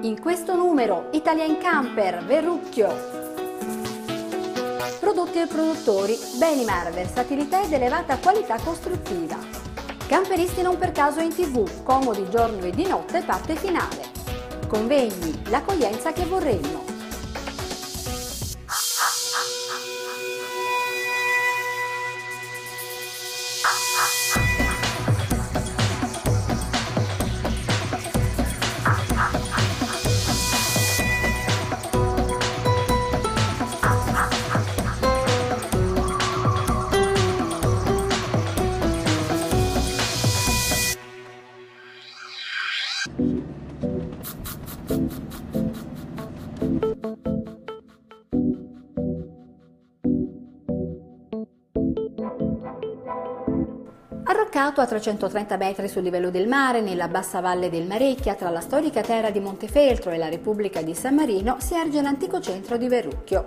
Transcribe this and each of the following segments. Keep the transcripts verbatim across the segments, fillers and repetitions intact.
In questo numero, Italia in Camper, Verrucchio. Prodotti e produttori, Benimar, versatilità ed elevata qualità costruttiva. Camperisti non per caso in tv, comodi giorno e di notte, parte finale. Convegni, l'accoglienza che vorremmo. Arroccato a trecentotrenta metri sul livello del mare, nella bassa valle del Marecchia, tra la storica terra di Montefeltro e la Repubblica di San Marino, si erge l'antico centro di Verrucchio.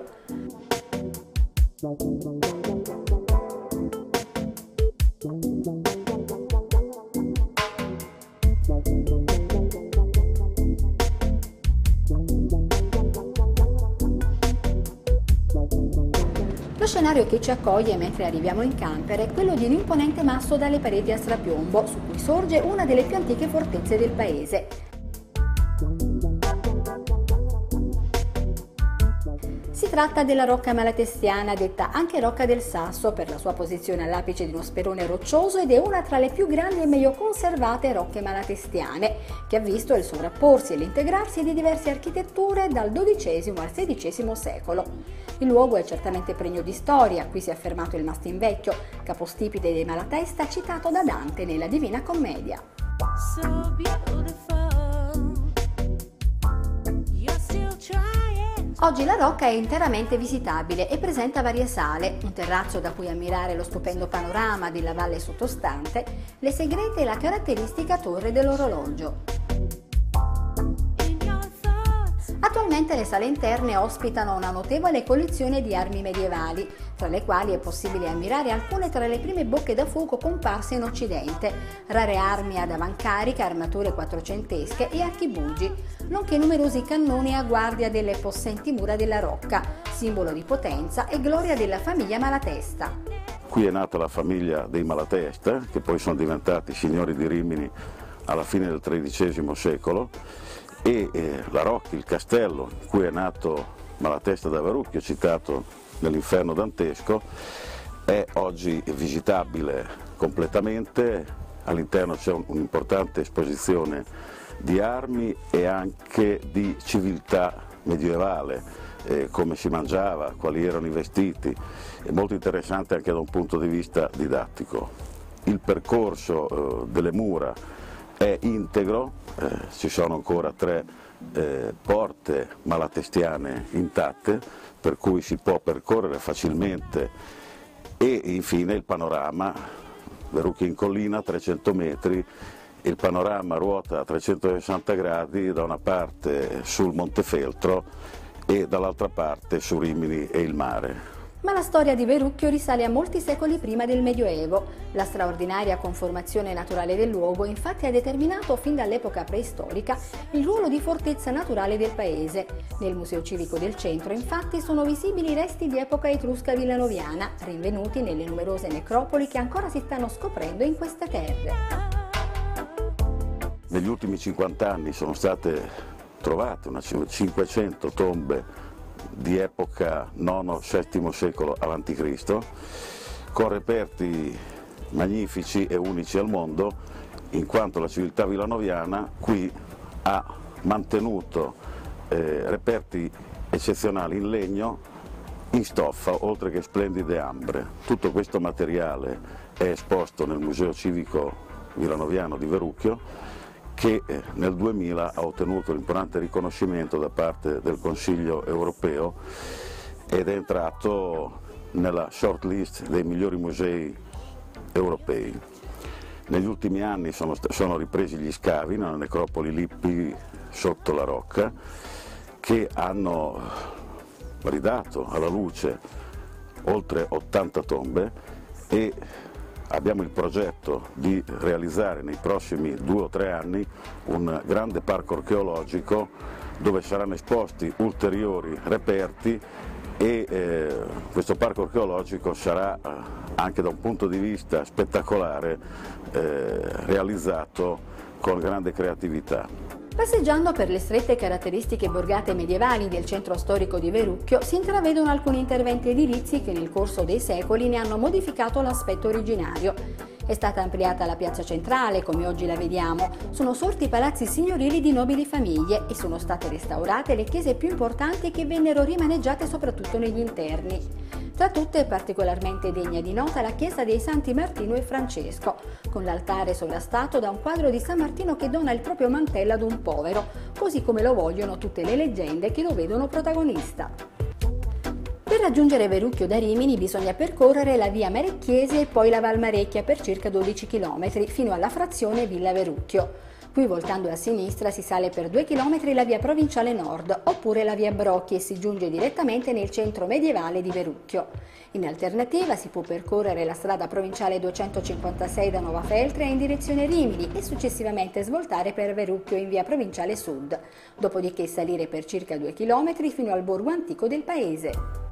Lo scenario che ci accoglie mentre arriviamo in camper è quello di un imponente masso dalle pareti a strapiombo, su cui sorge una delle più antiche fortezze del paese. Si tratta della Rocca Malatestiana, detta anche Rocca del Sasso per la sua posizione all'apice di uno sperone roccioso, ed è una tra le più grandi e meglio conservate rocche malatestiane, che ha visto il sovrapporsi e l'integrarsi di diverse architetture dal dodicesimo al sedicesimo secolo. Il luogo è certamente pregno di storia, qui si è affermato il Mastinvecchio, capostipite dei Malatesta, citato da Dante nella Divina Commedia. So Oggi la rocca è interamente visitabile e presenta varie sale, un terrazzo da cui ammirare lo stupendo panorama della valle sottostante, le segrete e la caratteristica torre dell'orologio. Attualmente le sale interne ospitano una notevole collezione di armi medievali, tra le quali è possibile ammirare alcune tra le prime bocche da fuoco comparse in Occidente, rare armi ad avancarica, armature quattrocentesche e archibugi, nonché numerosi cannoni a guardia delle possenti mura della Rocca, simbolo di potenza e gloria della famiglia Malatesta. Qui è nata la famiglia dei Malatesta, che poi sono diventati signori di Rimini alla fine del tredicesimo secolo, e eh, la Rocca, il castello in cui è nato Malatesta da Verrucchio, citato nell'Inferno dantesco, è oggi visitabile completamente. All'interno c'è un'importante esposizione di armi e anche di civiltà medievale, eh, come si mangiava, quali erano i vestiti, è molto interessante anche da un punto di vista didattico. Il percorso eh, delle mura è integro, eh, ci sono ancora tre eh, porte malatestiane intatte, per cui si può percorrere facilmente, e infine il panorama, Verrucchio in collina, trecento metri, il panorama ruota a trecentosessanta gradi, da una parte sul Montefeltro e dall'altra parte su Rimini e il mare. Ma la storia di Verrucchio risale a molti secoli prima del Medioevo. La straordinaria conformazione naturale del luogo infatti ha determinato fin dall'epoca preistorica il ruolo di fortezza naturale del paese. Nel Museo Civico del Centro infatti sono visibili resti di epoca etrusca villanoviana, rinvenuti nelle numerose necropoli che ancora si stanno scoprendo in queste terre. Negli ultimi cinquanta anni sono state trovate una cinquecento tombe di epoca nono settimo secolo avanti Cristo, con reperti magnifici e unici al mondo, in quanto la civiltà villanoviana qui ha mantenuto eh, reperti eccezionali in legno, in stoffa, oltre che splendide ambre. Tutto questo materiale è esposto nel Museo Civico Villanoviano di Verrucchio, che nel duemila ha ottenuto l'importante riconoscimento da parte del Consiglio europeo ed è entrato nella short list dei migliori musei europei. Negli ultimi anni sono, sono ripresi gli scavi nella necropoli Lippi sotto la Rocca, che hanno ridato alla luce oltre ottanta tombe, e abbiamo il progetto di realizzare nei prossimi due o tre anni un grande parco archeologico dove saranno esposti ulteriori reperti e eh, questo parco archeologico sarà eh, anche da un punto di vista spettacolare eh, realizzato con grande creatività. Passeggiando per le strette caratteristiche borgate medievali del centro storico di Verrucchio si intravedono alcuni interventi edilizi che nel corso dei secoli ne hanno modificato l'aspetto originario. È stata ampliata la piazza centrale, come oggi la vediamo, sono sorti palazzi signorili di nobili famiglie e sono state restaurate le chiese più importanti che vennero rimaneggiate soprattutto negli interni. Tra tutte è particolarmente degna di nota la chiesa dei Santi Martino e Francesco, con l'altare sovrastato da un quadro di San Martino che dona il proprio mantello ad un povero, così come lo vogliono tutte le leggende che lo vedono protagonista. Per raggiungere Verrucchio da Rimini bisogna percorrere la via Marecchiese e poi la Val Marecchia per circa dodici chilometri fino alla frazione Villa Verrucchio. Qui, voltando a sinistra, si sale per due chilometri la via Provinciale Nord oppure la via Brocchi e si giunge direttamente nel centro medievale di Verrucchio. In alternativa si può percorrere la strada provinciale duecentocinquantasei da Nova Feltria in direzione Rimini e successivamente svoltare per Verrucchio in via Provinciale Sud, dopodiché salire per circa due chilometri fino al borgo antico del paese.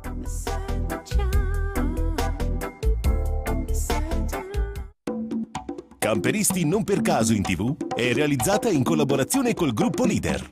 Camperisti non per caso in tivù è realizzata in collaborazione col gruppo Leader.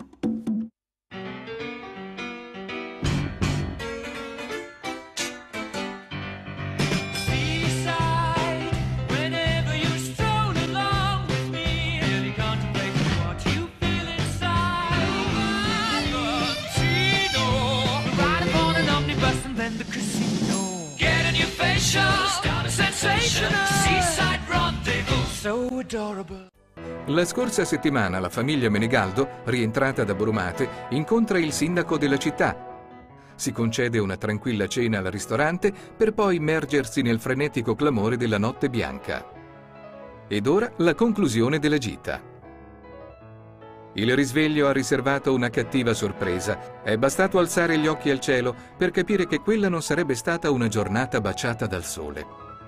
La scorsa settimana la famiglia Menegaldo, rientrata da Borumate, incontra il sindaco della città. Si concede una tranquilla cena al ristorante per poi immergersi nel frenetico clamore della notte bianca. Ed ora la conclusione della gita. Il risveglio ha riservato una cattiva sorpresa. È bastato alzare gli occhi al cielo per capire che quella non sarebbe stata una giornata baciata dal sole.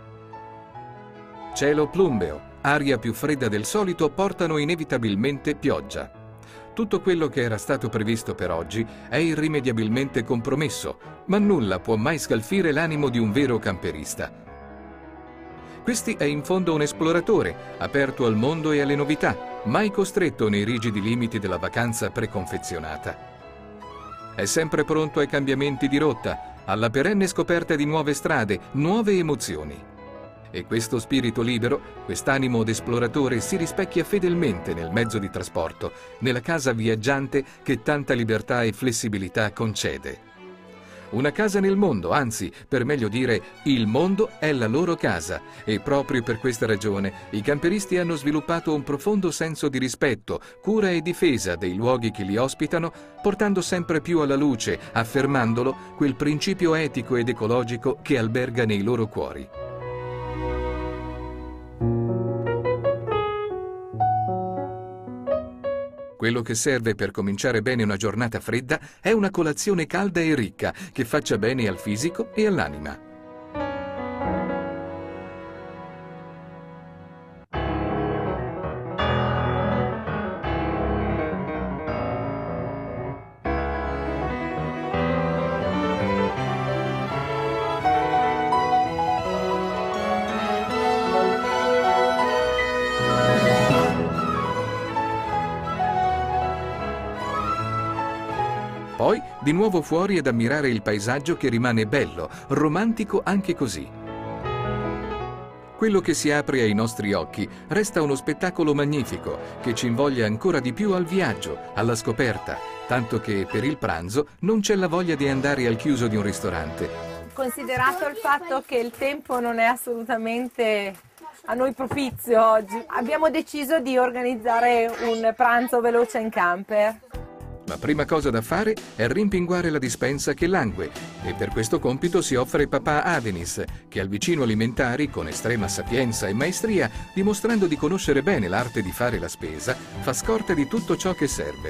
Cielo plumbeo, aria più fredda del solito portano inevitabilmente pioggia. Tutto quello che era stato previsto per oggi è irrimediabilmente compromesso, ma nulla può mai scalfire l'animo di un vero camperista. Questi è in fondo un esploratore, aperto al mondo e alle novità, mai costretto nei rigidi limiti della vacanza preconfezionata. È sempre pronto ai cambiamenti di rotta, alla perenne scoperta di nuove strade, nuove emozioni. E questo spirito libero, quest'animo d'esploratore si rispecchia fedelmente nel mezzo di trasporto, nella casa viaggiante che tanta libertà e flessibilità concede. Una casa nel mondo, anzi, per meglio dire, il mondo è la loro casa e proprio per questa ragione i camperisti hanno sviluppato un profondo senso di rispetto, cura e difesa dei luoghi che li ospitano, portando sempre più alla luce, affermandolo, quel principio etico ed ecologico che alberga nei loro cuori. Quello che serve per cominciare bene una giornata fredda è una colazione calda e ricca che faccia bene al fisico e all'anima. Poi di nuovo fuori ad ammirare il paesaggio che rimane bello, romantico anche così. Quello che si apre ai nostri occhi resta uno spettacolo magnifico che ci invoglia ancora di più al viaggio, alla scoperta, tanto che per il pranzo non c'è la voglia di andare al chiuso di un ristorante. Considerato il fatto che il tempo non è assolutamente a noi propizio oggi, abbiamo deciso di organizzare un pranzo veloce in camper. La prima cosa da fare è rimpinguare la dispensa che langue e per questo compito si offre papà Adenis, che al vicino alimentari, con estrema sapienza e maestria, dimostrando di conoscere bene l'arte di fare la spesa, fa scorta di tutto ciò che serve.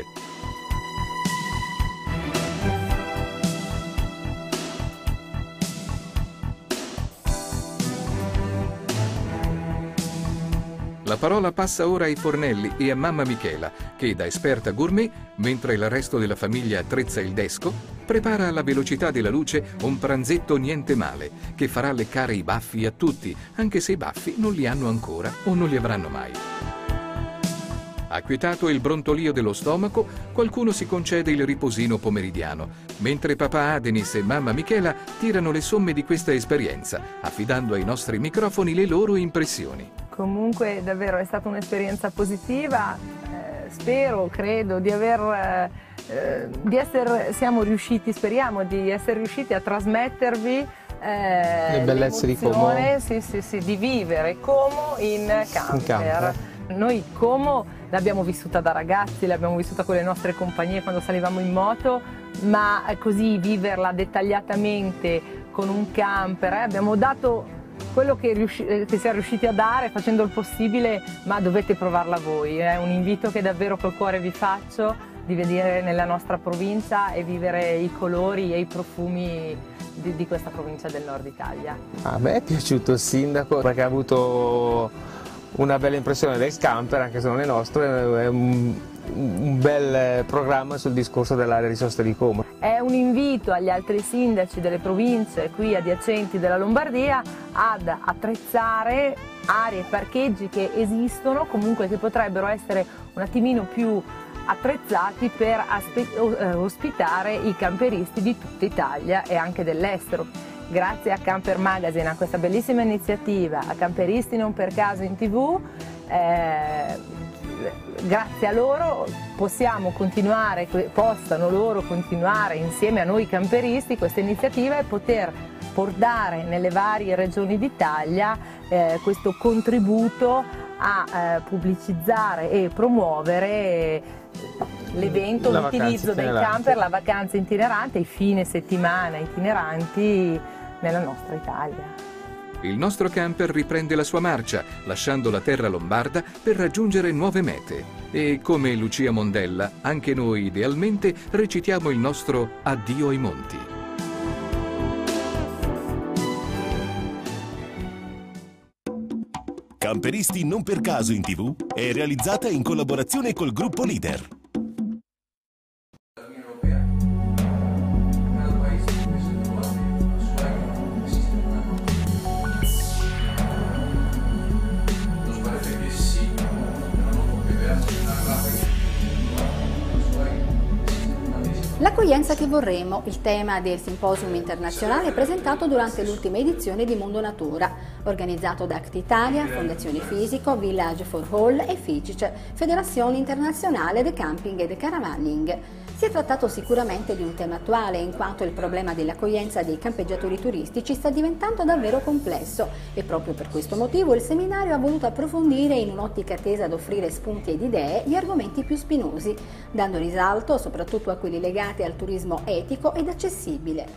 La parola passa ora ai fornelli e a mamma Michela, che da esperta gourmet, mentre il resto della famiglia attrezza il desco, prepara alla velocità della luce un pranzetto niente male, che farà leccare i baffi a tutti, anche se i baffi non li hanno ancora o non li avranno mai. Acquietato il brontolio dello stomaco, qualcuno si concede il riposino pomeridiano, mentre papà Adenis e mamma Michela tirano le somme di questa esperienza, affidando ai nostri microfoni le loro impressioni. Comunque davvero è stata un'esperienza positiva, eh, spero, credo di aver, eh, di essere, siamo riusciti, speriamo di essere riusciti a trasmettervi eh, le bellezze di Como, sì, sì, sì, di vivere Como in camper. In camper. Noi Como l'abbiamo vissuta da ragazzi, l'abbiamo vissuta con le nostre compagnie quando salivamo in moto, ma così viverla dettagliatamente con un camper, eh, abbiamo dato quello che, riusci che siamo riusciti a dare facendo il possibile, ma dovete provarla voi. È un invito che davvero col cuore vi faccio, di vedere nella nostra provincia e vivere i colori e i profumi di, di questa provincia del nord Italia. A me è piaciuto il sindaco perché ha avuto una bella impressione del camper, anche se non è nostro, è un, un bel programma sul discorso dell'area di sosta di Como. È un invito agli altri sindaci delle province qui adiacenti della Lombardia ad attrezzare aree e parcheggi che esistono, comunque che potrebbero essere un attimino più attrezzati per ospitare i camperisti di tutta Italia e anche dell'estero. Grazie a Camper Magazine, a questa bellissima iniziativa, a Camperisti non per caso in tv, eh, grazie a loro possiamo continuare, possano loro continuare insieme a noi camperisti questa iniziativa e poter portare nelle varie regioni d'Italia eh, questo contributo a eh, pubblicizzare e promuovere l'evento, l'utilizzo dei camper, la vacanza itinerante, i fine settimana itineranti nella nostra Italia. Il nostro camper riprende la sua marcia, lasciando la terra lombarda per raggiungere nuove mete. E come Lucia Mondella, anche noi idealmente recitiamo il nostro addio ai monti. Camperisti non per caso in tv è realizzata in collaborazione col gruppo Leader. L'accoglienza che vorremmo, il tema del simposium internazionale presentato durante l'ultima edizione di Mondo Natura, organizzato da Act Italia, Fondazione Fisico, Village for All e Figic, Federazione Internazionale de Camping e de Caravaning. Si è trattato sicuramente di un tema attuale, in quanto il problema dell'accoglienza dei campeggiatori turistici sta diventando davvero complesso e proprio per questo motivo il seminario ha voluto approfondire in un'ottica tesa ad offrire spunti ed idee gli argomenti più spinosi, dando risalto soprattutto a quelli legati al turismo etico ed accessibile.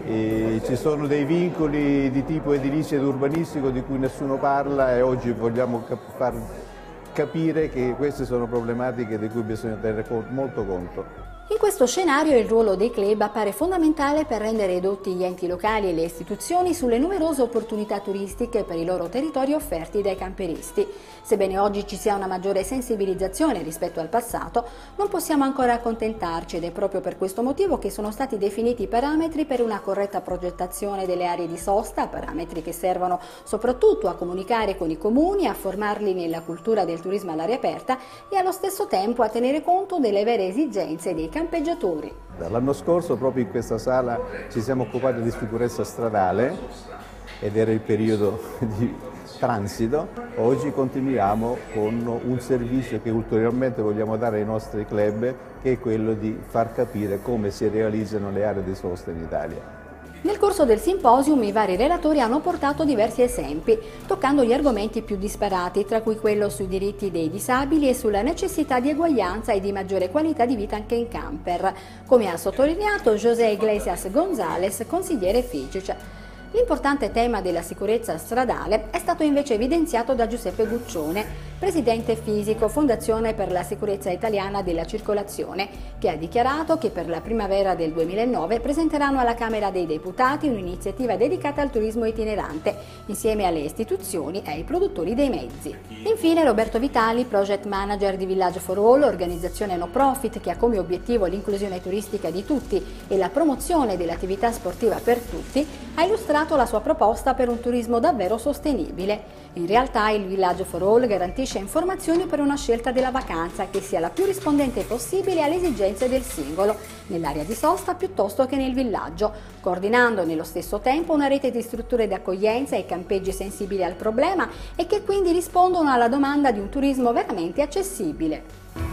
E ci sono dei vincoli di tipo edilizio ed urbanistico di cui nessuno parla e oggi vogliamo cap far capire che queste sono problematiche di cui bisogna tenere molto conto. In questo scenario il ruolo dei club appare fondamentale per rendere edotti gli enti locali e le istituzioni sulle numerose opportunità turistiche per i loro territori offerti dai camperisti. Sebbene oggi ci sia una maggiore sensibilizzazione rispetto al passato, non possiamo ancora accontentarci ed è proprio per questo motivo che sono stati definiti i parametri per una corretta progettazione delle aree di sosta, parametri che servono soprattutto a comunicare con i comuni, a formarli nella cultura del turismo all'aria aperta e allo stesso tempo a tenere conto delle vere esigenze dei campeggiatori. L'anno scorso proprio in questa sala ci siamo occupati di sicurezza stradale ed era il periodo di transito. Oggi continuiamo con un servizio che ulteriormente vogliamo dare ai nostri club, che è quello di far capire come si realizzano le aree di sosta in Italia. Nel corso del simposium i vari relatori hanno portato diversi esempi, toccando gli argomenti più disparati, tra cui quello sui diritti dei disabili e sulla necessità di eguaglianza e di maggiore qualità di vita anche in camper, come ha sottolineato José Iglesias González, consigliere Figic. L'importante tema della sicurezza stradale è stato invece evidenziato da Giuseppe Guccione, presidente fisico Fondazione per la Sicurezza Italiana della Circolazione, che ha dichiarato che per la primavera del duemilanove presenteranno alla Camera dei Deputati un'iniziativa dedicata al turismo itinerante, insieme alle istituzioni e ai produttori dei mezzi. Infine Roberto Vitali, Project Manager di Village for All, organizzazione no profit che ha come obiettivo l'inclusione turistica di tutti e la promozione dell'attività sportiva per tutti, ha illustrato la sua proposta per un turismo davvero sostenibile. In realtà il Village for All garantisce informazioni per una scelta della vacanza che sia la più rispondente possibile alle esigenze del singolo, nell'area di sosta piuttosto che nel villaggio, coordinando nello stesso tempo una rete di strutture d'accoglienza e campeggi sensibili al problema e che quindi rispondono alla domanda di un turismo veramente accessibile.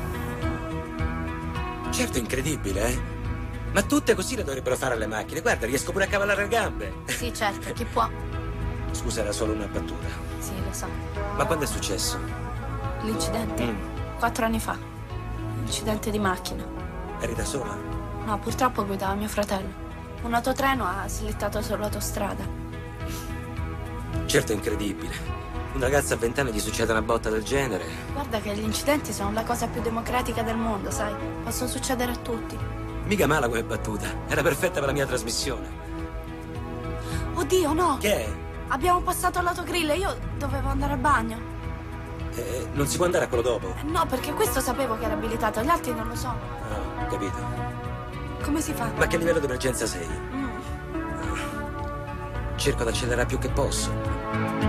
Certo, è incredibile, eh? Ma tutte così le dovrebbero fare le macchine. Guarda, riesco pure a cavallare le gambe. Sì, certo, chi può? Scusa, era solo una battuta. Sì, lo so. Ma quando è successo? L'incidente? Mm. Quattro anni fa. Incidente di macchina. Eri da sola? No, purtroppo guidava mio fratello. Un autotreno ha slittato sull'autostrada. Certo, è incredibile. Un ragazzo a vent'anni gli succede una botta del genere. Guarda che gli incidenti sono la cosa più democratica del mondo, sai? Possono succedere a tutti. Mica male come battuta. Era perfetta per la mia trasmissione. Oddio, no! Che è? Abbiamo passato l'autogrill e io dovevo andare al bagno. Eh, non si può andare a quello dopo? Eh, no, perché questo sapevo che era abilitato, gli altri non lo so. Ah, capito. Come si fa? Ma che livello di emergenza sei? Mm. Ah. Cerco di accelerare più che posso.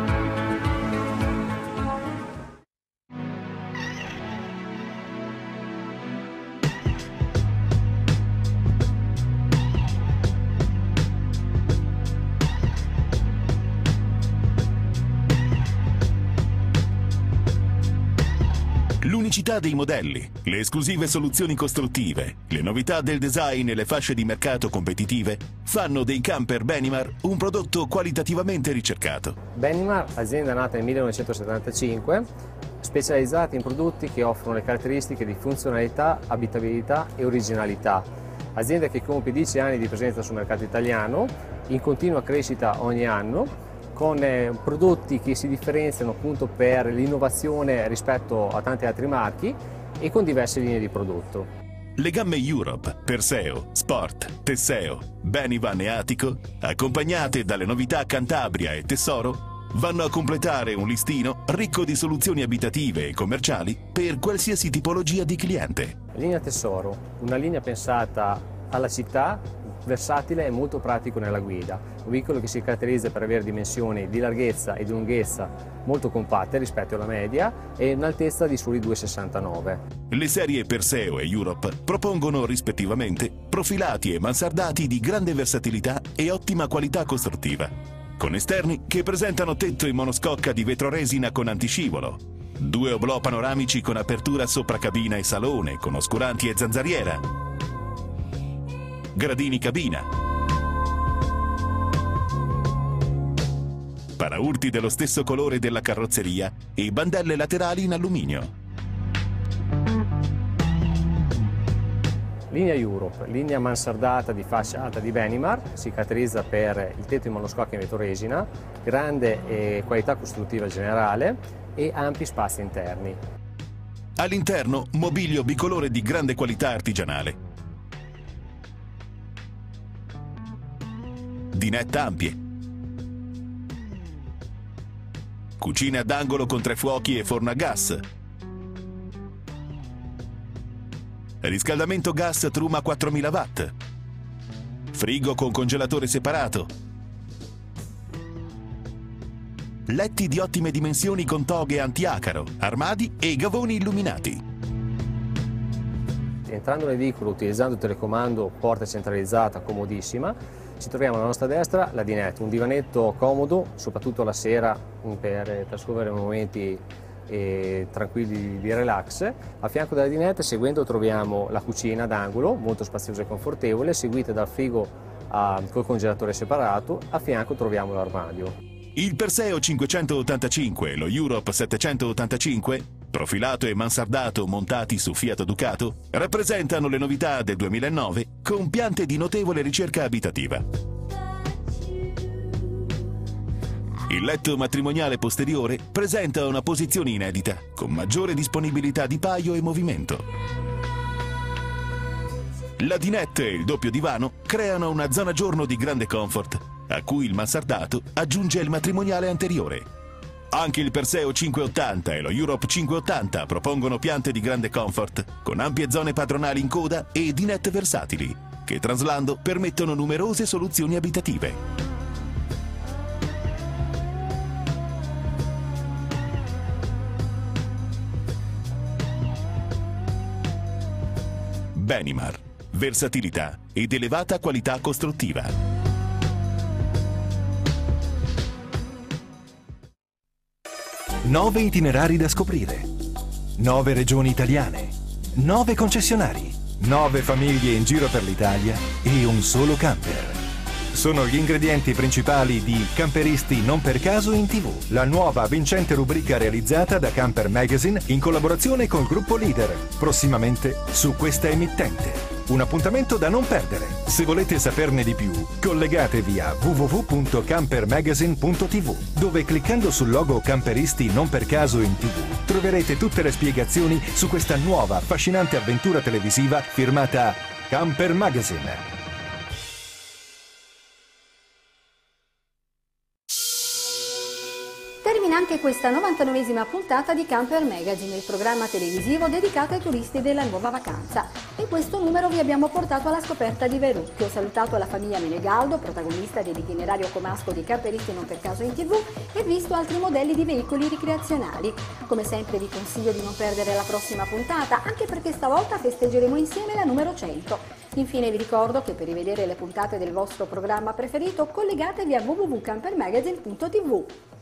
L'unicità dei modelli, le esclusive soluzioni costruttive, le novità del design e le fasce di mercato competitive fanno dei camper Benimar un prodotto qualitativamente ricercato. Benimar, azienda nata nel millenovecentosettantacinque, specializzata in prodotti che offrono le caratteristiche di funzionalità, abitabilità e originalità. Azienda che compie dieci anni di presenza sul mercato italiano, in continua crescita ogni anno, con eh, prodotti che si differenziano appunto per l'innovazione rispetto a tanti altri marchi e con diverse linee di prodotto. Le gamme Europe, Perseo, Sport, Tesseo, Benivan e Atico, accompagnate dalle novità Cantabria e Tesoro, vanno a completare un listino ricco di soluzioni abitative e commerciali per qualsiasi tipologia di cliente. Linea Tesoro, una linea pensata alla città, versatile e molto pratico nella guida, un veicolo che si caratterizza per avere dimensioni di larghezza e di lunghezza molto compatte rispetto alla media e un'altezza di soli due virgola sessantanove. Le serie Perseo e Europe propongono rispettivamente profilati e mansardati di grande versatilità e ottima qualità costruttiva, con esterni che presentano tetto in monoscocca di vetroresina con antiscivolo, due oblò panoramici con apertura sopra cabina e salone con oscuranti e zanzariera, gradini cabina, paraurti dello stesso colore della carrozzeria e bandelle laterali in alluminio. Linea Europe, linea mansardata di fascia alta di Benimar, si caratterizza per il tetto in monoscocca in vetroresina, grande e qualità costruttiva generale e ampi spazi interni. All'interno mobilio bicolore di grande qualità artigianale, dinette ampie, cucine ad angolo con tre fuochi e forno a gas, riscaldamento gas Truma quattromila watt, frigo con congelatore separato, letti di ottime dimensioni con toghe antiacaro, armadi e gavoni illuminati. Entrando nel veicolo utilizzando il telecomando porta centralizzata comodissima, ci troviamo alla nostra destra la dinette, un divanetto comodo, soprattutto la sera per trascorrere momenti eh, tranquilli di relax. A fianco della dinette, seguendo, troviamo la cucina d'angolo, molto spaziosa e confortevole, seguita dal frigo eh, col congelatore separato. A fianco troviamo l'armadio. Il Perseo cinquecentottantacinque e lo Europe settecentottantacinque, profilato e mansardato montati su Fiat Ducato, rappresentano le novità del duemilanove con piante di notevole ricerca abitativa. Il letto matrimoniale posteriore presenta una posizione inedita, con maggiore disponibilità di paio e movimento. La dinette e il doppio divano creano una zona giorno di grande comfort, a cui il mansardato aggiunge il matrimoniale anteriore. Anche il Perseo cinquecentottanta e lo Europe cinquecentottanta propongono piante di grande comfort, con ampie zone padronali in coda e dinette versatili, che traslando permettono numerose soluzioni abitative. Benimar, versatilità ed elevata qualità costruttiva. Nove itinerari da scoprire, nove regioni italiane, nove concessionari, nove famiglie in giro per l'Italia e un solo camper. Sono gli ingredienti principali di Camperisti non per caso in tivù, la nuova vincente rubrica realizzata da Camper Magazine in collaborazione col gruppo Leader, prossimamente su questa emittente. Un appuntamento da non perdere. Se volete saperne di più, collegatevi a w w w punto campermagazine punto t v, dove cliccando sul logo Camperisti non per caso in tivù troverete tutte le spiegazioni su questa nuova affascinante avventura televisiva firmata Camper Magazine. Termina anche questa novantanovesima puntata di Camper Magazine, il programma televisivo dedicato ai turisti della nuova vacanza. In questo numero vi abbiamo portato alla scoperta di Verrucchio, salutato la famiglia Menegaldo, protagonista dell'itinerario comasco di Camperisti non per caso in tivù, e visto altri modelli di veicoli ricreazionali. Come sempre vi consiglio di non perdere la prossima puntata, anche perché stavolta festeggeremo insieme la numero cento. Infine vi ricordo che per rivedere le puntate del vostro programma preferito collegatevi a w w w punto campermagazine punto t v.